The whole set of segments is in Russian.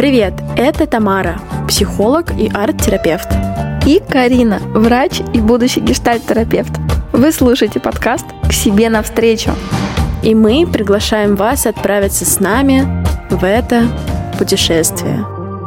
Привет, это Тамара, психолог и арт-терапевт. И Карина, врач и будущий гештальт-терапевт. Вы слушаете подкаст «К себе навстречу». И мы приглашаем вас отправиться с нами в это путешествие.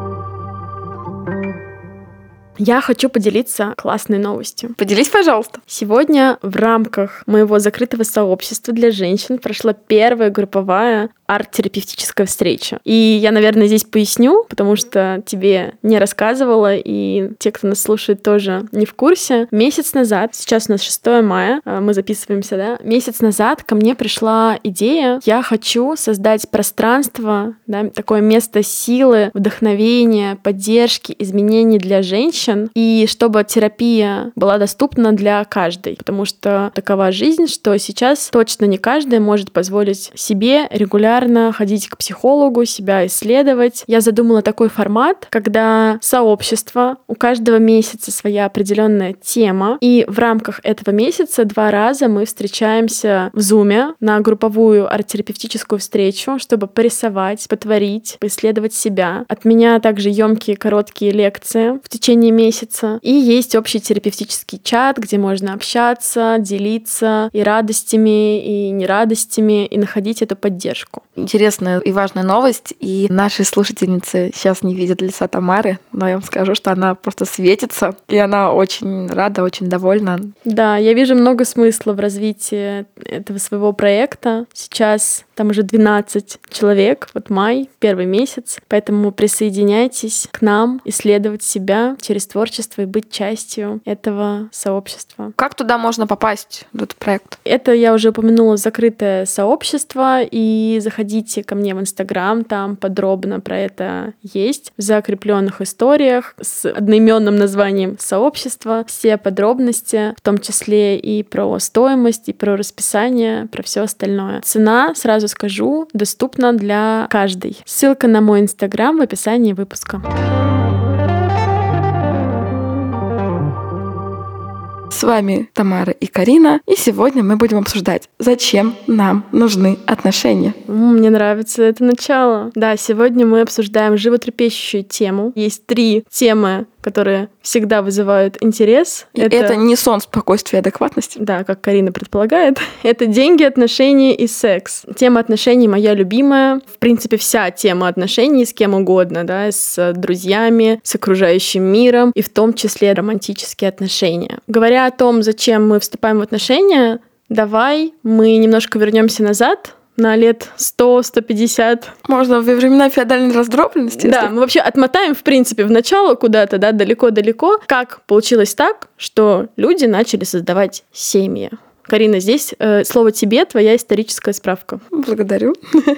Я хочу поделиться классной новостью. Поделись, пожалуйста. Сегодня в рамках моего закрытого сообщества для женщин прошла первая групповая арт-терапевтическая встреча. И я, наверное, здесь поясню, потому что тебе не рассказывала, и те, кто нас слушает, тоже не в курсе. Месяц назад, сейчас у нас 6 мая, мы записываемся, да? Месяц назад ко мне пришла идея, я хочу создать пространство, да, такое место силы, вдохновения, поддержки, изменений для женщин, и чтобы терапия была доступна для каждой, потому что такова жизнь, что сейчас точно не каждая может позволить себе регулярно ходить к психологу, себя исследовать. Я задумала такой формат, когда сообщество, у каждого месяца своя определенная тема, и в рамках этого месяца 2 раза мы встречаемся в Zoom на групповую арт-терапевтическую встречу, чтобы порисовать, потворить, поисследовать себя. От меня также ёмкие короткие лекции в течение месяца. И есть общий терапевтический чат, где можно общаться, делиться и радостями, и нерадостями, и находить эту поддержку. Интересная и важная новость, и наши слушательницы сейчас не видят лица Тамары, но я вам скажу, что она просто светится, и она очень рада, очень довольна. Да, я вижу много смысла в развитии этого своего проекта. Сейчас там уже 12 человек, вот май, 1 месяц, поэтому присоединяйтесь к нам, исследовать себя через творчество и быть частью этого сообщества. Как туда можно попасть, в этот проект? Это, я уже упомянула, закрытое сообщество, и заходите ко мне в Инстаграм, там подробно про это есть, в закрепленных историях с одноименным названием сообщества, все подробности, в том числе и про стоимость, и про расписание, про все остальное. Цена, сразу скажу, доступна для каждой. Ссылка на мой Инстаграм в описании выпуска. С вами Тамара и Карина, и сегодня мы будем обсуждать, зачем нам нужны отношения. Мне нравится это начало. Да, сегодня мы обсуждаем животрепещущую тему. Есть 3 темы, которые всегда вызывают интерес. Это не сон, спокойствие, адекватность. Да, как Карина предполагает. Это деньги, отношения и секс. Тема отношений моя любимая. В принципе, вся тема отношений с кем угодно, да, с друзьями, с окружающим миром, и в том числе романтические отношения. Говоря о том, зачем мы вступаем в отношения, давай мы немножко вернемся назад, на лет 100-150. Можно во времена феодальной раздробленности. Да, мы вообще отмотаем, в принципе, в начало куда-то, да, далеко-далеко. Как получилось так, что люди начали создавать семьи? Карина, здесь слово тебе, твоя историческая справка. Благодарю.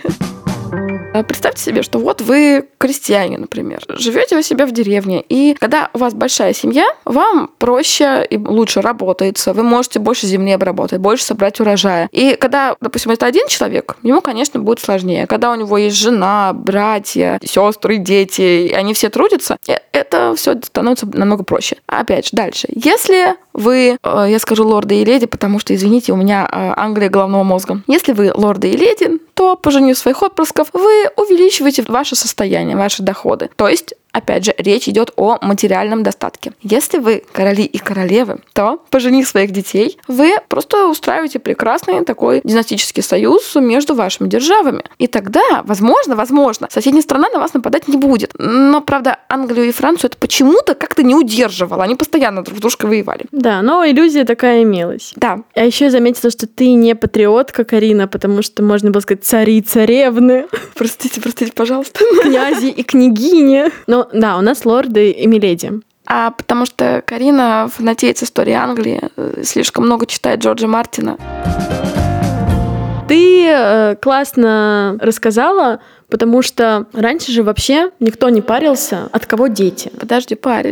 Представьте себе, что вот вы крестьяне, например, живете у себя в деревне, и когда у вас большая семья, вам проще и лучше работается, вы можете больше земли обработать, больше собрать урожая. И когда, допустим, это один человек, ему, конечно, будет сложнее. Когда у него есть жена, братья, сестры, дети, и они все трудятся, это все становится намного проще. Опять же, дальше. Если вы, я скажу лорды и леди, потому что, извините, у меня Англия головного мозга. Если вы лорды и леди, то, поженив своих отпрысков, вы увеличиваете ваше состояние, ваши доходы. То есть, опять же, речь идет о материальном достатке. Если вы короли и королевы, то, поженив своих детей, вы просто устраиваете прекрасный такой династический союз между вашими державами. И тогда, возможно, соседняя страна на вас нападать не будет. Но, правда, Англию и Францию это почему-то как-то не удерживало. Они постоянно друг с дружкой воевали. Да, но иллюзия такая имелась. Да. А еще я заметила, что ты не патриотка, Карина, потому что можно было сказать цари и царевны. Простите, пожалуйста. Князи и княгини. Но да, у нас лорды и миледи. А потому что Карина фанатеет с истории Англии, слишком много читает Джорджа Мартина. Ты классно рассказала, потому что раньше же вообще никто не парился, от кого дети. Подожди, парились.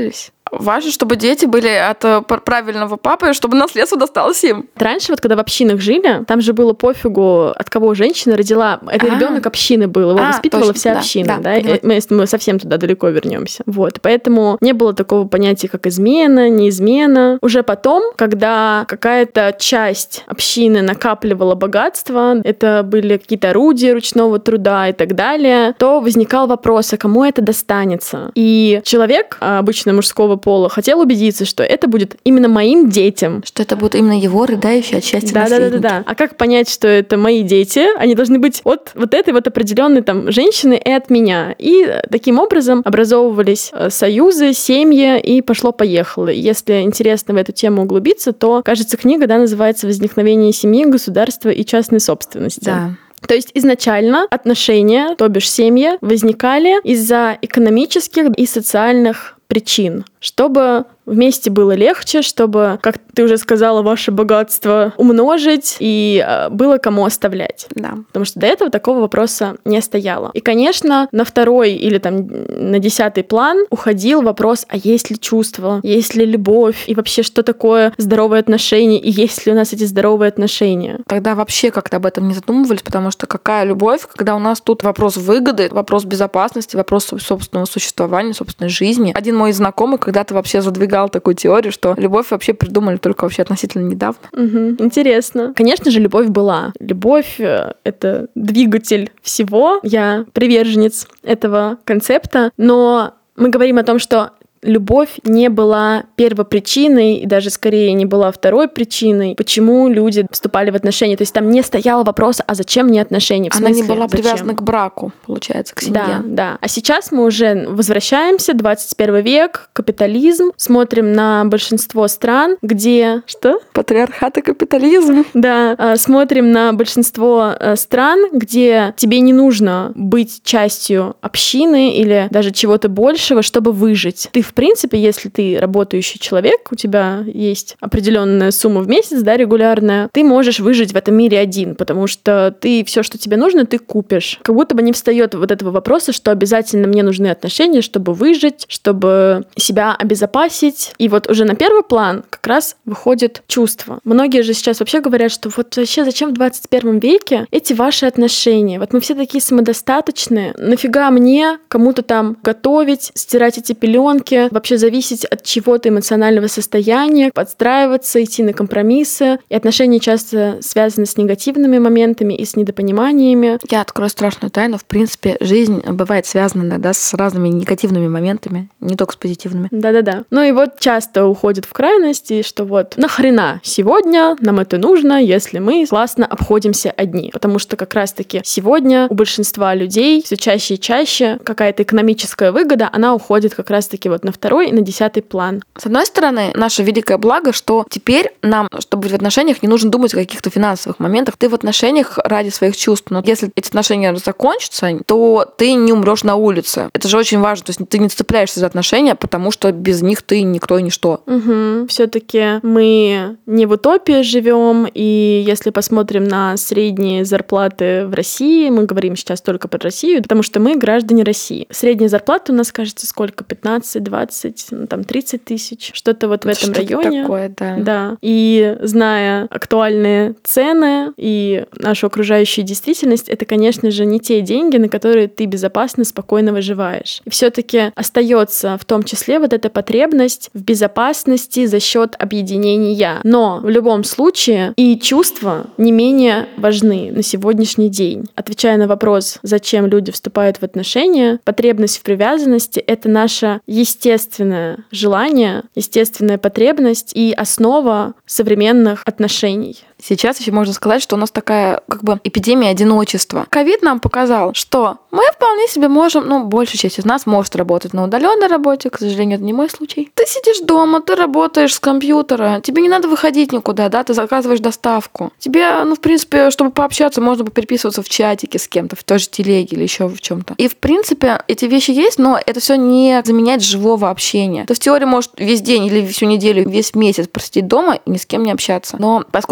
Важно, чтобы дети были от правильного папы, чтобы наследство досталось им. Раньше, вот когда в общинах жили, там же было пофигу, от кого женщина родила. Это ребенок общины был, его воспитывала вся община, да? Если мы совсем туда далеко вернемся. Вот. Поэтому не было такого понятия, как измена, неизмена. Уже потом, когда какая-то часть общины накапливала богатство, это были какие-то орудия ручного труда и так далее, то возникал вопрос, а кому это достанется? И человек, обычно мужского пола, хотел убедиться, что это будет именно моим детям. Что это будут именно его рыдающие от счастья наследники. Да. А как понять, что это мои дети? Они должны быть от вот этой вот определенной там женщины и от меня. И таким образом образовывались союзы, семьи, и пошло-поехало. Если интересно в эту тему углубиться, то, кажется, книга, называется «Возникновение семьи, государства и частной собственности». Да. То есть изначально отношения, то бишь семьи, возникали из-за экономических и социальных причин, чтобы вместе было легче, чтобы, как ты уже сказала, ваше богатство умножить и было кому оставлять. Да. Потому что до этого такого вопроса не стояло. И, конечно, на второй или там на 10-й план уходил вопрос, а есть ли чувства, есть ли любовь, и вообще, что такое здоровые отношения, и есть ли у нас эти здоровые отношения. Тогда вообще как-то об этом не задумывались, потому что какая любовь, когда у нас тут вопрос выгоды, вопрос безопасности, вопрос собственного существования, собственной жизни. Один мой знакомый когда-то вообще задвигал такую теорию, что любовь вообще придумали только вообще относительно недавно. Угу, интересно. Конечно же, любовь была. Любовь — это двигатель всего. Я приверженец этого концепта, но мы говорим о том, что любовь не была первопричиной и даже скорее не была второй причиной, почему люди вступали в отношения. То есть там не стоял вопрос, а зачем мне отношения? В смысле, она не была зачем? Привязана к браку, получается, к семье. Да. А сейчас мы уже возвращаемся, 21 век, капитализм, смотрим на большинство стран, где... Что? Патриархат и капитализм. Да, смотрим на большинство стран, где тебе не нужно быть частью общины или даже чего-то большего, чтобы выжить. Ты, в принципе, если ты работающий человек, у тебя есть определенная сумма в месяц, да, регулярная, ты можешь выжить в этом мире один, потому что ты все, что тебе нужно, ты купишь. Как будто бы не встает вот этого вопроса, что обязательно мне нужны отношения, чтобы выжить, чтобы себя обезопасить. И вот уже на первый план как раз выходит чувство. Многие же сейчас вообще говорят, что вот вообще зачем в 21 веке эти ваши отношения? Вот мы все такие самодостаточные. Нафига мне кому-то там готовить, стирать эти пеленки, вообще зависеть от чего-то эмоционального состояния, подстраиваться, идти на компромиссы. И отношения часто связаны с негативными моментами и с недопониманиями. Я открою страшную тайну. В принципе, жизнь бывает связана иногда с разными негативными моментами, не только с позитивными. Да. Ну и вот часто уходят в крайности, что вот нахрена сегодня нам это нужно, если мы классно обходимся одни. Потому что как раз-таки сегодня у большинства людей все чаще и чаще какая-то экономическая выгода, она уходит как раз-таки вот на второй и на 10-й план. С одной стороны, наше великое благо, что теперь нам, чтобы быть в отношениях, не нужно думать о каких-то финансовых моментах. Ты в отношениях ради своих чувств. Но если эти отношения закончатся, то ты не умрешь на улице. Это же очень важно. То есть ты не цепляешься за отношения, потому что без них ты никто и ничто. Угу. Все-таки мы не в утопии живем, и если посмотрим на средние зарплаты в России, мы говорим сейчас только про Россию, потому что мы граждане России. Средняя зарплата у нас, кажется, сколько? 15, 20, ну, там 30 тысяч, что-то вот в этом районе. Такое, да. Да. И зная актуальные цены и нашу окружающую действительность, это, конечно же, не те деньги, на которые ты безопасно, спокойно выживаешь. И все-таки остается в том числе вот эта потребность в безопасности за счет объединения. Но в любом случае и чувства не менее важны на сегодняшний день. Отвечая на вопрос, зачем люди вступают в отношения, потребность в привязанности — это наша естественное желание, естественная потребность и основа современных отношений. Сейчас еще можно сказать, что у нас такая как бы эпидемия одиночества. Ковид нам показал, что мы вполне себе можем, большая часть из нас может работать на удаленной работе, к сожалению, это не мой случай. Ты сидишь дома, ты работаешь с компьютера, тебе не надо выходить никуда, да, ты заказываешь доставку. Тебе, в принципе, чтобы пообщаться, можно переписываться в чатике с кем-то, в той же телеге или еще в чем-то. И, в принципе, эти вещи есть, но это все не заменяет живого общения. Ты в теории можешь весь день или всю неделю, весь месяц просидеть дома и ни с кем не общаться. Но поскольку все-таки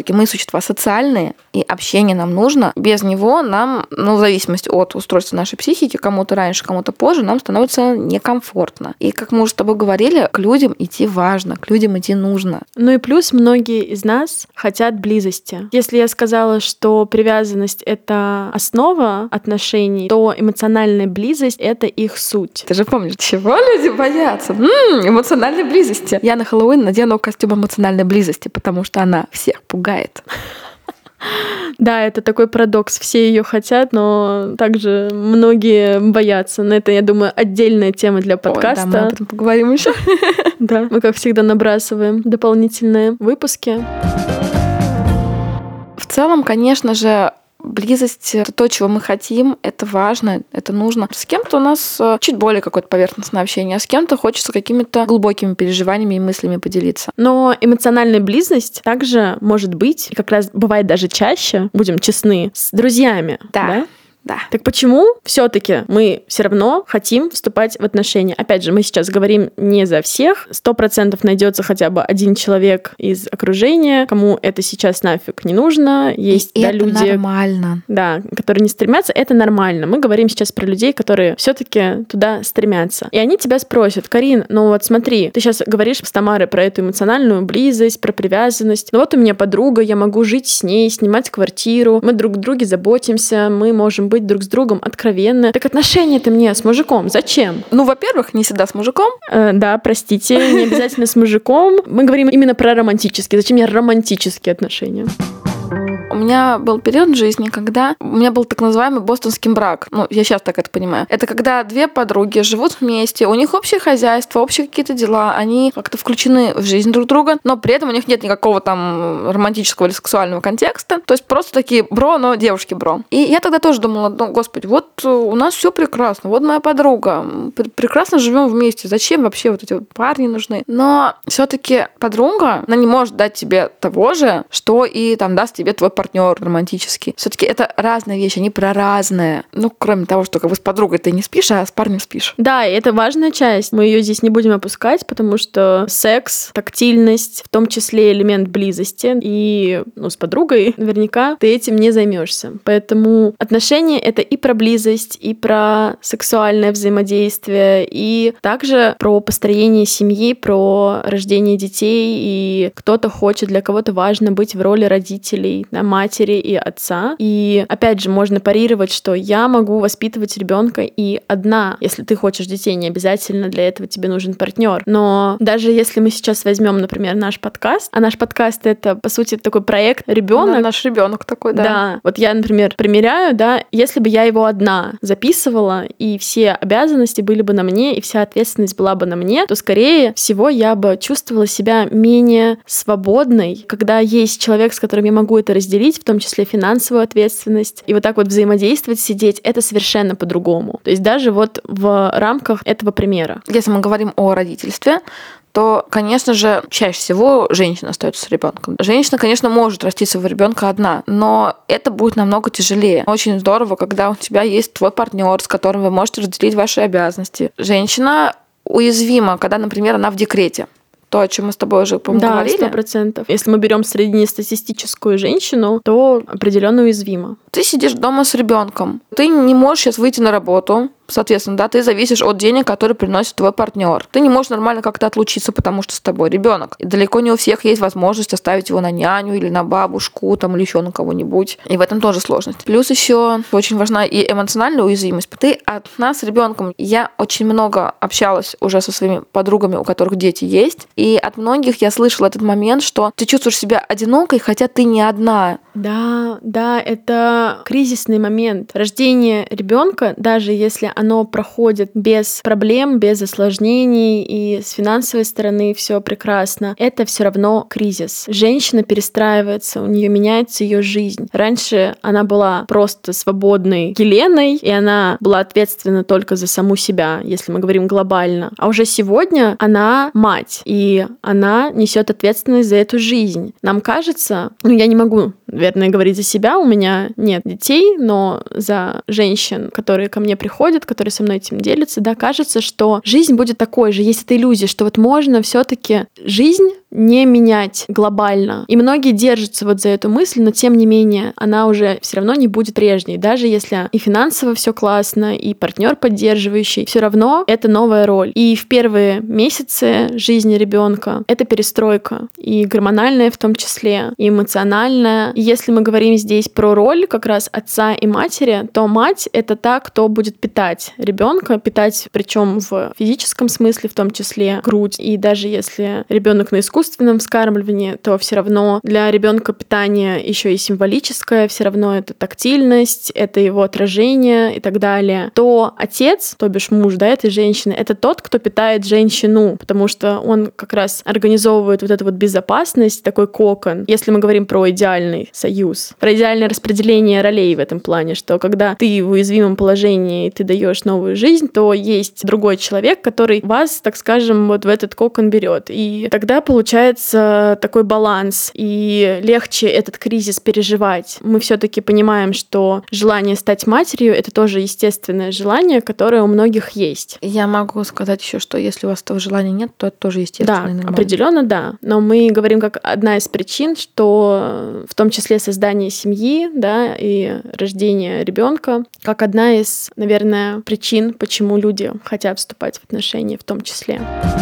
все-таки мы существа социальные, и общение нам нужно. Без него нам, в зависимости от устройства нашей психики, кому-то раньше, кому-то позже, нам становится некомфортно. И как мы уже с тобой говорили, к людям идти важно, к людям идти нужно. Ну и плюс многие из нас хотят близости. Если я сказала, что привязанность — это основа отношений, то эмоциональная близость — это их суть. Ты же помнишь, чего люди боятся? Эмоциональной близости. Я на Хэллоуин надену костюм эмоциональной близости, потому что она всех пугает. Да, это такой парадокс. Все ее хотят, но также многие боятся. Но это, я думаю, отдельная тема для подкаста. Ой, да, мы об этом поговорим еще. Да, мы, как всегда, набрасываем дополнительные выпуски. В целом, конечно же, близость — это то, чего мы хотим, это важно, это нужно. С кем-то у нас чуть более какое-то поверхностное общение, а с кем-то хочется какими-то глубокими переживаниями и мыслями поделиться. Но эмоциональная близость также может быть, и как раз бывает даже чаще, будем честны, с друзьями. Да? Да. Так почему все-таки мы все равно хотим вступать в отношения? Опять же, мы сейчас говорим не за всех. 100% найдется хотя бы один человек из окружения, кому это сейчас нафиг не нужно. Есть и да, это люди, нормально. Да, которые не стремятся. Это нормально. Мы говорим сейчас про людей, которые все-таки туда стремятся. И они тебя спросят: Карин, ну вот смотри, ты сейчас говоришь с Тамарой про эту эмоциональную близость, про привязанность. Ну вот у меня подруга, я могу жить с ней, снимать квартиру, мы друг о друге заботимся, мы можем быть друг с другом откровенны. Так отношения-то мне с мужиком зачем? Во-первых, не всегда с мужиком. Да, простите, не обязательно с мужиком. Мы говорим именно про романтические. Зачем мне романтические отношения? У меня был период в жизни, когда у меня был так называемый бостонский брак. Я сейчас так это понимаю. Это когда две подруги живут вместе, у них общее хозяйство, общие какие-то дела, они как-то включены в жизнь друг друга, но при этом у них нет никакого там романтического или сексуального контекста. То есть просто такие бро, но девушки-бро. И я тогда тоже думала: господи, вот у нас все прекрасно, вот моя подруга, прекрасно живем вместе, зачем вообще вот эти вот парни нужны? Но все-таки подруга, она не может дать тебе того же, что и там даст тебе твой партнер романтический. Все-таки это разные вещи, они про разные. Кроме того, что как бы с подругой ты не спишь, а с парнем спишь. Да, и это важная часть. Мы ее здесь не будем опускать, потому что секс, тактильность, в том числе элемент близости, и с подругой наверняка ты этим не займешься. Поэтому отношения — это и про близость, и про сексуальное взаимодействие, и также про построение семьи, про рождение детей, и кто-то хочет, для кого-то важно быть в роли родителей, матери и отца. И опять же, можно парировать, что я могу воспитывать ребенка и одна. Если ты хочешь детей, не обязательно для этого тебе нужен партнер. Но даже если мы сейчас возьмем, например, наш подкаст, а наш подкаст — это, по сути, такой проект ребенок. Да, наш ребенок такой, да. Да. Вот я, например, примеряю, да, если бы я его одна записывала, и все обязанности были бы на мне, и вся ответственность была бы на мне, то, скорее всего, я бы чувствовала себя менее свободной, когда есть человек, с которым я могу это разделить, в том числе финансовую ответственность, и вот так вот взаимодействовать, сидеть, это совершенно по-другому. То есть даже вот в рамках этого примера. Если мы говорим о родительстве, то, конечно же, чаще всего женщина остается с ребенком. Женщина, конечно, может растить своего ребенка одна, но это будет намного тяжелее. Очень здорово, когда у тебя есть твой партнер, с которым вы можете разделить ваши обязанности. Женщина уязвима, когда, например, она в декрете. То, о чем мы с тобой уже, по-моему, говорили. Да, 100%. Если мы берем среднестатистическую женщину, то определенно уязвима. Ты сидишь дома с ребенком. Ты не можешь сейчас выйти на работу. Соответственно, да, ты зависишь от денег, которые приносит твой партнер. Ты не можешь нормально как-то отлучиться, потому что с тобой ребенок. И далеко не у всех есть возможность оставить его на няню или на бабушку, там, или еще на кого-нибудь. И в этом тоже сложность. Плюс еще очень важна и эмоциональная уязвимость. Ты одна с ребенком. Я очень много общалась уже со своими подругами, у которых дети есть. И от многих я слышала этот момент, что ты чувствуешь себя одинокой, хотя ты не одна. Да, это кризисный момент. Рождение ребенка, даже если оно проходит без проблем, без осложнений, и с финансовой стороны все прекрасно, это все равно кризис. Женщина перестраивается, у нее меняется ее жизнь. Раньше она была просто свободной Еленой, и она была ответственна только за саму себя, если мы говорим глобально. А уже сегодня она мать, и она несет ответственность за эту жизнь. Нам кажется, я не могу наверное, говорить за себя. У меня нет детей, но за женщин, которые ко мне приходят, которые со мной этим делятся, да, кажется, что жизнь будет такой же. Есть эта иллюзия, что вот можно все-таки жизнь не менять глобально. И многие держатся вот за эту мысль, но тем не менее она уже все равно не будет прежней. Даже если и финансово все классно, и партнер поддерживающий, все равно это новая роль. И в первые месяцы жизни ребенка это перестройка. И гормональная в том числе, и эмоциональная. И если мы говорим здесь про роль как раз отца и матери, то мать — это та, кто будет питать ребенка, питать причем в физическом смысле, в том числе грудь. И даже если ребенок на искусственном вскармливании, то все равно для ребенка питание еще и символическое, все равно это тактильность, это его отражение и так далее. То отец, то бишь муж, да, этой женщины, это тот, кто питает женщину, потому что он как раз организовывает вот эту вот безопасность, такой кокон. Если мы говорим про идеальный союз, про идеальное распределение ролей в этом плане, что когда ты в уязвимом положении, ты даешь новую жизнь, то есть другой человек, который вас, так скажем, вот в этот кокон берет. И тогда получается такой баланс, и легче этот кризис переживать. Мы все-таки понимаем, что желание стать матерью — это тоже естественное желание, которое у многих есть. Я могу сказать еще, что если у вас этого желания нет, то это тоже естественно. Да, определенно, да. Но мы говорим как одна из причин, что в том числе создание семьи, да, и рождение ребенка, как одна из, наверное, причин, почему люди хотят вступать в отношения в том числе.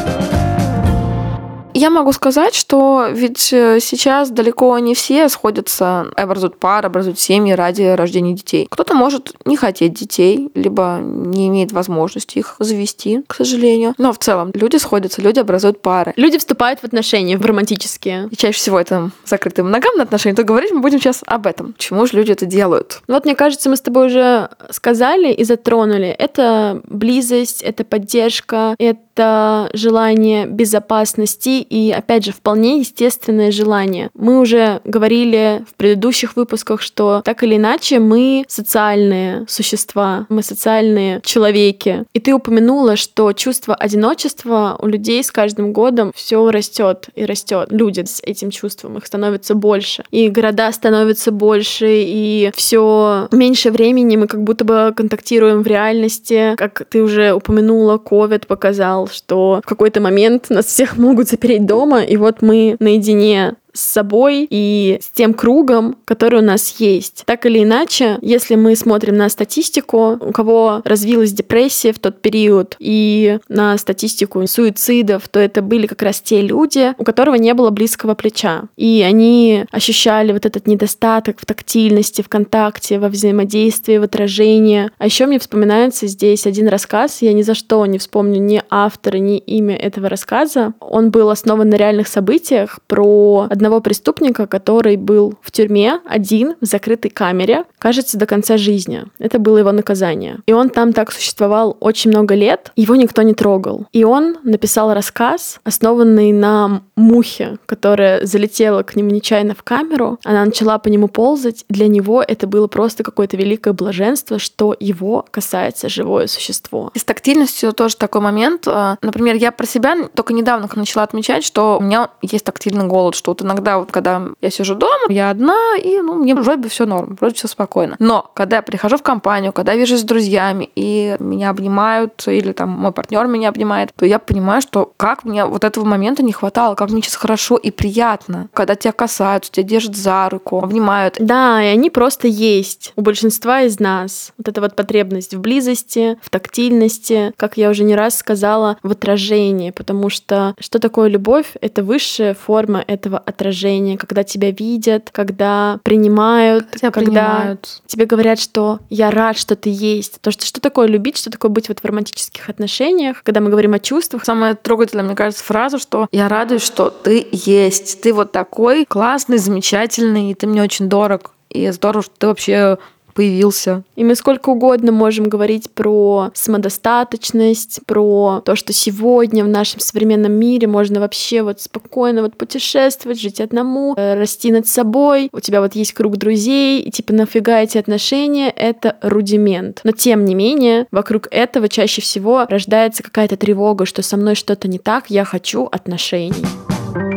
Я могу сказать, что ведь сейчас далеко не все сходятся, образуют пары, образуют семьи ради рождения детей. Кто-то может не хотеть детей, либо не имеет возможности их завести, к сожалению. Но в целом люди сходятся, люди образуют пары. Люди вступают в отношения, в романтические. И чаще всего это закрытые моногамные отношения. То говорить мы будем сейчас об этом. Чему же люди это делают? Вот, мне кажется, мы с тобой уже сказали и затронули. Это близость, это поддержка, это желание безопасности и, опять же, вполне естественное желание. Мы уже говорили в предыдущих выпусках, что так или иначе мы социальные существа, мы социальные человеки. И ты упомянула, что чувство одиночества у людей с каждым годом все растет и растет. Люди с этим чувством, их становится больше. И города становятся больше, и все меньше времени мы как будто бы контактируем в реальности. Как ты уже упомянула, COVID показал, что в какой-то момент нас всех могут запереть дома, и вот мы наедине с собой и с тем кругом, который у нас есть. Так или иначе, если мы смотрим на статистику, у кого развилась депрессия в тот период, и на статистику суицидов, то это были как раз те люди, у которого не было близкого плеча. И они ощущали вот этот недостаток в тактильности, в контакте, во взаимодействии, в отражении. А еще мне вспоминается здесь один рассказ, я ни за что не вспомню ни автора, ни имя этого рассказа. Он был основан на реальных событиях про одного преступника, который был в тюрьме один, в закрытой камере, кажется, до конца жизни. Это было его наказание. И он там так существовал очень много лет, его никто не трогал. И он написал рассказ, основанный на мухе, которая залетела к нему нечаянно в камеру. Она начала по нему ползать. Для него это было просто какое-то великое блаженство, что его касается живое существо. И с тактильностью тоже такой момент. Например, я про себя только недавно начала отмечать, что у меня есть тактильный голод, что вот иногда, вот, когда я сижу дома, я одна, и мне вроде бы все норм, вроде все спокойно. Но когда я прихожу в компанию, когда я вижусь с друзьями, и меня обнимают, или там мой партнер меня обнимает, то я понимаю, что как мне вот этого момента не хватало, как мне сейчас хорошо и приятно, когда тебя касаются, тебя держат за руку, обнимают. Да, и они просто есть у большинства из нас. Вот эта вот потребность в близости, в тактильности, как я уже не раз сказала, в отражении, потому что такое любовь? Это высшая форма этого отражения, когда тебя видят, когда принимают, когда тебе говорят, что я рад, что ты есть. То, что такое любить, что такое быть вот в романтических отношениях, когда мы говорим о чувствах. Самое трогательное, мне кажется, фраза, что я радуюсь, что ты есть. Ты вот такой классный, замечательный, и ты мне очень дорог. И здорово, что ты вообще появился. И мы сколько угодно можем говорить про самодостаточность, про то, что сегодня в нашем современном мире можно вообще вот спокойно вот путешествовать, жить одному, расти над собой. У тебя вот есть круг друзей, и типа нафига эти отношения? Это рудимент. Но тем не менее, вокруг этого чаще всего рождается какая-то тревога, что со мной что-то не так, я хочу отношений.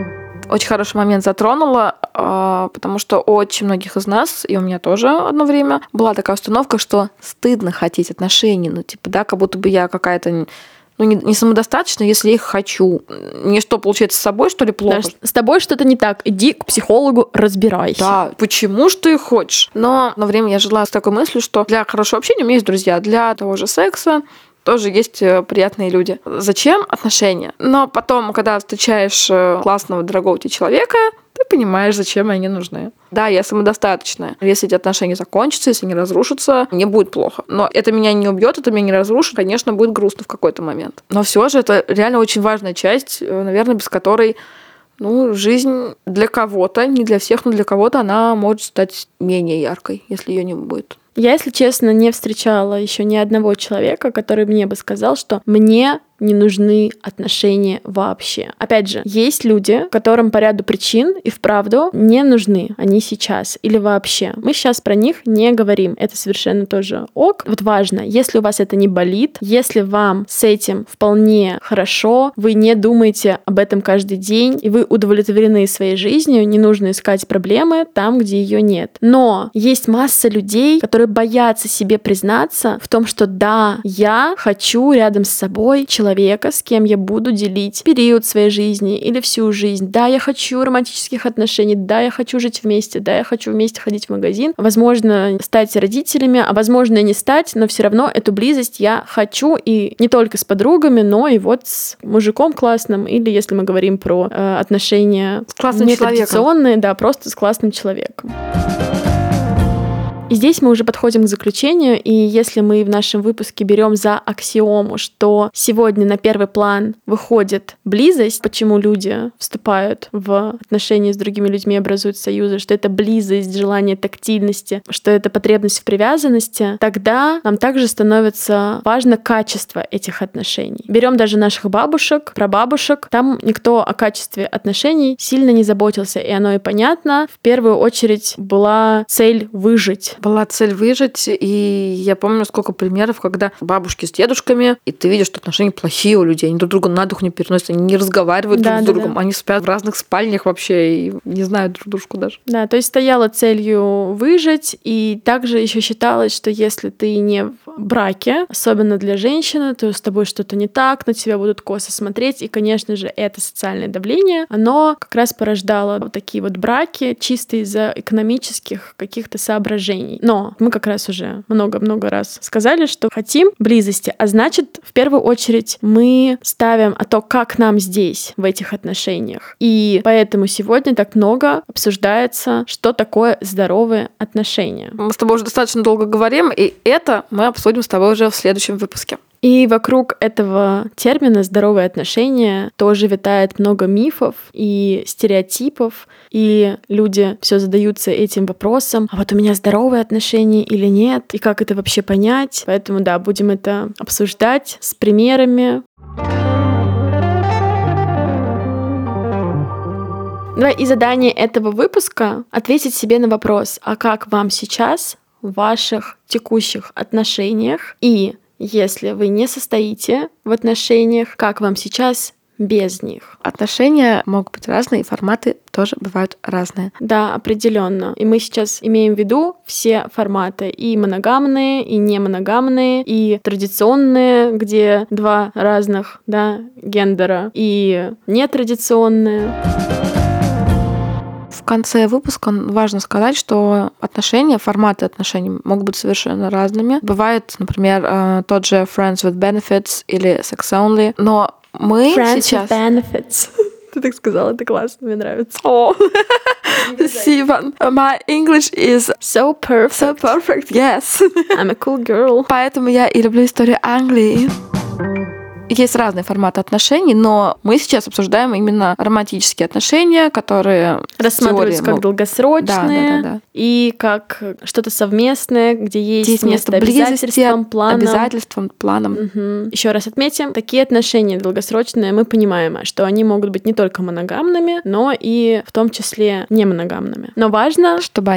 очень хороший момент затронула, потому что у очень многих из нас, и у меня тоже одно время, была такая установка, что стыдно хотеть отношений. Как будто бы я какая-то не самодостаточная, если я их хочу. Мне что, получается, с собой, что ли, плохо? Да, с тобой что-то не так. Иди к психологу, разбирайся. Да, почему ж ты их хочешь? Но одно время я жила с такой мыслью, что для хорошего общения у меня есть друзья, для того же секса тоже есть приятные люди. Зачем отношения? Но потом, когда встречаешь классного, дорогого тебе человека, ты понимаешь, зачем они нужны. Да, я самодостаточная. Если эти отношения закончатся, если они разрушатся, мне будет плохо. Но это меня не убьет, это меня не разрушит. Конечно, будет грустно в какой-то момент. Но все же это реально очень важная часть, наверное, без которой жизнь для кого-то, не для всех, но для кого-то она может стать менее яркой, если ее не будет. Я, если честно, не встречала еще ни одного человека, который мне бы сказал, что мне не нужны отношения вообще. Опять же, есть люди, которым по ряду причин и вправду не нужны они сейчас или вообще. Мы сейчас про них не говорим. Это совершенно тоже ок. Вот важно, если у вас это не болит, если вам с этим вполне хорошо, вы не думаете об этом каждый день, и вы удовлетворены своей жизнью, не нужно искать проблемы там, где ее нет. Но есть масса людей, которые боятся себе признаться в том, что да, я хочу рядом с собой человека, с кем я буду делить период своей жизни или всю жизнь. Да, я хочу романтических отношений, да, я хочу жить вместе, да, я хочу вместе ходить в магазин, возможно, стать родителями, а возможно и не стать, но все равно эту близость я хочу, и не только с подругами, но и вот с мужиком классным, или если мы говорим про отношения нетрадиционные, да, просто с классным человеком. И здесь мы уже подходим к заключению, и если мы в нашем выпуске берем за аксиому, что сегодня на первый план выходит близость, почему люди вступают в отношения с другими людьми, образуют союзы, что это близость, желание тактильности, что это потребность в привязанности, тогда нам также становится важно качество этих отношений. Берем даже наших бабушек, прабабушек, там никто о качестве отношений сильно не заботился, и оно и понятно. В первую очередь была цель выжить. Была цель выжить, и я помню, сколько примеров, когда бабушки с дедушками, и ты видишь, что отношения плохие у людей, они друг друга на дух не переносят, они не разговаривают друг с другом, они спят в разных спальнях вообще и не знают друг дружку даже. Да, то есть стояла целью выжить, и также еще считалось, что если ты не в браке, особенно для женщины, то с тобой что-то не так, на тебя будут косо смотреть, и, конечно же, это социальное давление, оно как раз порождало вот такие вот браки чисто из-за экономических каких-то соображений. Но мы как раз уже много-много раз сказали, что хотим близости, а значит, в первую очередь мы ставим то, как нам здесь, в этих отношениях. И поэтому сегодня так много обсуждается, что такое здоровые отношения. Мы с тобой уже достаточно долго говорим, и это мы обсудим с тобой уже в следующем выпуске. И вокруг этого термина «здоровые отношения» тоже витает много мифов и стереотипов, и люди все задаются этим вопросом: а вот у меня здоровые отношения или нет, и как это вообще понять? Поэтому да, будем это обсуждать с примерами. Давай, и задание этого выпуска — ответить себе на вопрос: а как вам сейчас в ваших текущих отношениях? И если вы не состоите в отношениях, как вам сейчас без них? Отношения могут быть разные, и форматы тоже бывают разные. Да, определенно. И мы сейчас имеем в виду все форматы: и моногамные, и немоногамные, и традиционные, где два разных, да, гендера, и нетрадиционные. В конце выпуска важно сказать, что отношения, форматы отношений могут быть совершенно разными. Бывает, например, тот же Friends with Benefits или Sex Only, но мы Friends сейчас... with Benefits. Ты так сказала, это классно, мне нравится. О, спасибо. My English is So perfect. so perfect, yes. I'm a cool girl. Поэтому я и люблю историю Англии. Есть разные форматы отношений, но мы сейчас обсуждаем именно романтические отношения, которые рассматриваются как долгосрочные, да. И как что-то совместное, где есть место обязательствам, планам. Угу. Еще раз отметим, такие отношения долгосрочные, мы понимаем, что они могут быть не только моногамными, но и в том числе не моногамными. Но важно, чтобы они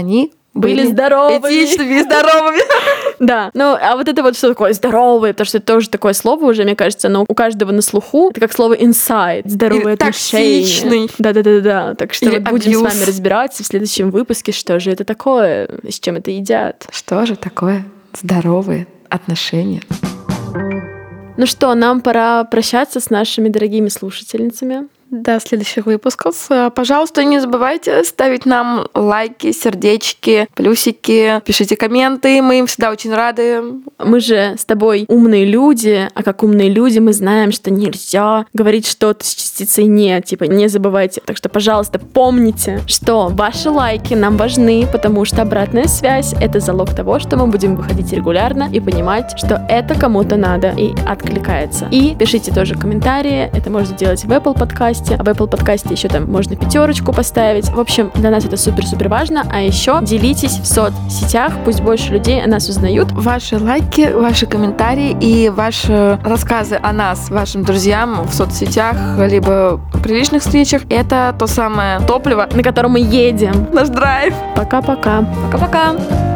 были здоровыми. Этичными и здоровыми. Да, ну, а вот это вот что такое здоровые, потому что это тоже такое слово уже, мне кажется, оно у каждого на слуху. Это как слово inside, здоровые отношения. Токсичный. Да. Так что Или вот будем с абьюз. вами разбираться в следующем выпуске, что же это такое, с чем это едят. Что же такое здоровые отношения? Ну что, нам пора прощаться с нашими дорогими слушательницами. До следующих выпусков. Пожалуйста, не забывайте ставить нам лайки, сердечки, плюсики, пишите комменты, мы им всегда очень рады. Мы же с тобой умные люди, а как умные люди мы знаем, что нельзя говорить что-то с частицей «не», типа не забывайте. Так что, пожалуйста, помните, что ваши лайки нам важны, потому что обратная связь — это залог того, что мы будем выходить регулярно и понимать, что это кому-то надо и откликается. И пишите тоже комментарии, это можно делать в Apple подкасте, а в Apple подкасте еще там можно 5 поставить. В общем, для нас это супер-супер важно. А еще делитесь в соцсетях, пусть больше людей о нас узнают. Ваши лайки, ваши комментарии и ваши рассказы о нас вашим друзьям в соцсетях, либо при личных встречах — это то самое топливо, На котором мы едем. наш драйв. Пока-пока. Пока-пока.